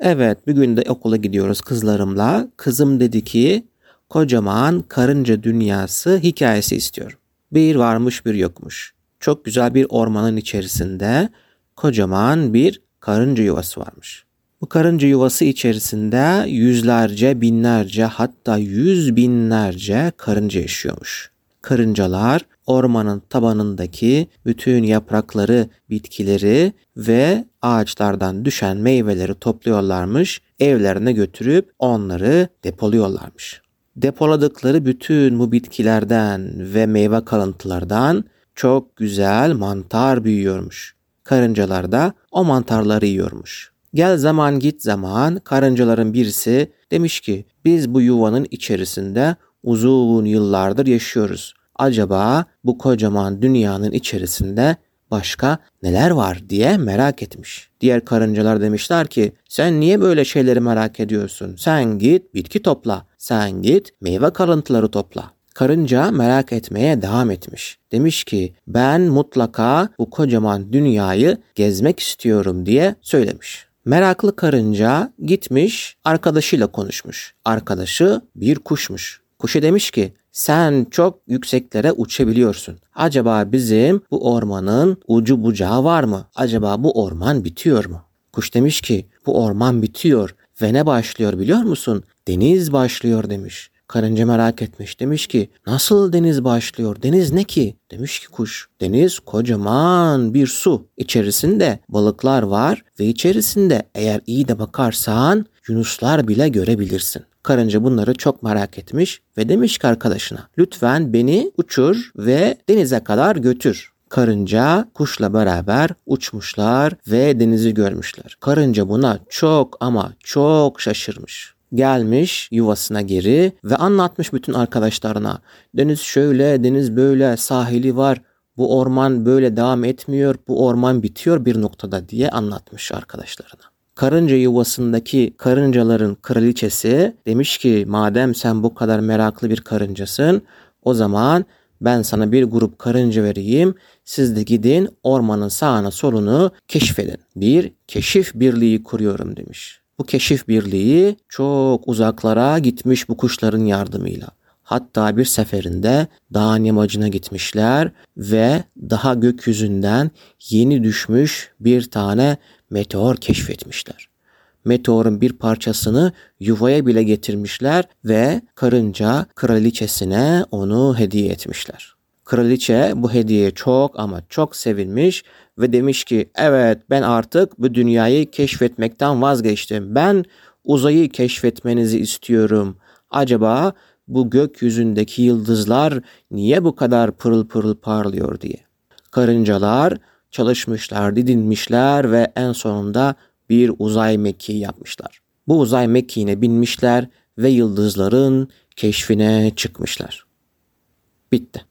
Evet, bir gün de okula gidiyoruz kızlarımla. Kızım dedi ki kocaman karınca dünyası hikayesi istiyorum. Bir varmış bir yokmuş. Çok güzel bir ormanın içerisinde kocaman bir karınca yuvası varmış. Bu karınca yuvası içerisinde yüzlerce, binlerce hatta yüz binlerce karınca yaşıyormuş. Karıncalar ormanın tabanındaki bütün yaprakları, bitkileri ve ağaçlardan düşen meyveleri topluyorlarmış, evlerine götürüp onları depoluyorlarmış. Depoladıkları bütün bu bitkilerden ve meyve kalıntılardan çok güzel mantar büyüyormuş. Karıncalar da o mantarları yiyormuş. Gel zaman git zaman karıncaların birisi demiş ki biz bu yuvanın içerisinde uzun yıllardır yaşıyoruz. Acaba bu kocaman dünyanın içerisinde başka neler var diye merak etmiş. Diğer karıncalar demişler ki sen niye böyle şeyleri merak ediyorsun? Sen git bitki topla. Sen git meyve kalıntıları topla. Karınca merak etmeye devam etmiş. Demiş ki ben mutlaka bu kocaman dünyayı gezmek istiyorum diye söylemiş. Meraklı karınca gitmiş arkadaşıyla konuşmuş. Arkadaşı bir kuşmuş. Kuşa demiş ki sen çok yükseklere uçabiliyorsun. Acaba bizim bu ormanın ucu bucağı var mı? Acaba bu orman bitiyor mu? Kuş demiş ki bu orman bitiyor ve ne başlıyor biliyor musun? Deniz başlıyor demiş. Karınca merak etmiş. Demiş ki nasıl deniz başlıyor? Deniz ne ki? Demiş ki kuş. Deniz kocaman bir su. İçerisinde balıklar var ve içerisinde eğer iyi de bakarsan yunuslar bile görebilirsin. Karınca bunları çok merak etmiş ve demiş ki arkadaşına lütfen beni uçur ve denize kadar götür. Karınca kuşla beraber uçmuşlar ve denizi görmüşler. Karınca buna çok ama çok şaşırmış. Gelmiş yuvasına geri ve anlatmış bütün arkadaşlarına. Deniz şöyle, deniz böyle, sahili var. Bu orman böyle devam etmiyor, bu orman bitiyor bir noktada diye anlatmış arkadaşlarına. Karınca yuvasındaki karıncaların kraliçesi demiş ki madem sen bu kadar meraklı bir karıncasın o zaman ben sana bir grup karınca vereyim. Siz de gidin ormanın sağını solunu keşfedin. Bir keşif birliği kuruyorum demiş. Bu keşif birliği çok uzaklara gitmiş bu kuşların yardımıyla. Hatta bir seferinde dağın yamacına gitmişler ve daha gökyüzünden yeni düşmüş bir tane meteor keşfetmişler. Meteorun bir parçasını yuvaya bile getirmişler ve karınca kraliçesine onu hediye etmişler. Kraliçe bu hediyeye çok ama çok sevinmiş ve demiş ki evet ben artık bu dünyayı keşfetmekten vazgeçtim. Ben uzayı keşfetmenizi istiyorum. Acaba bu gökyüzündeki yıldızlar niye bu kadar pırıl pırıl parlıyor diye. Karıncalar çalışmışlar, didinmişler ve en sonunda bir uzay mekiği yapmışlar. Bu uzay mekiğine binmişler ve yıldızların keşfine çıkmışlar. Bitti.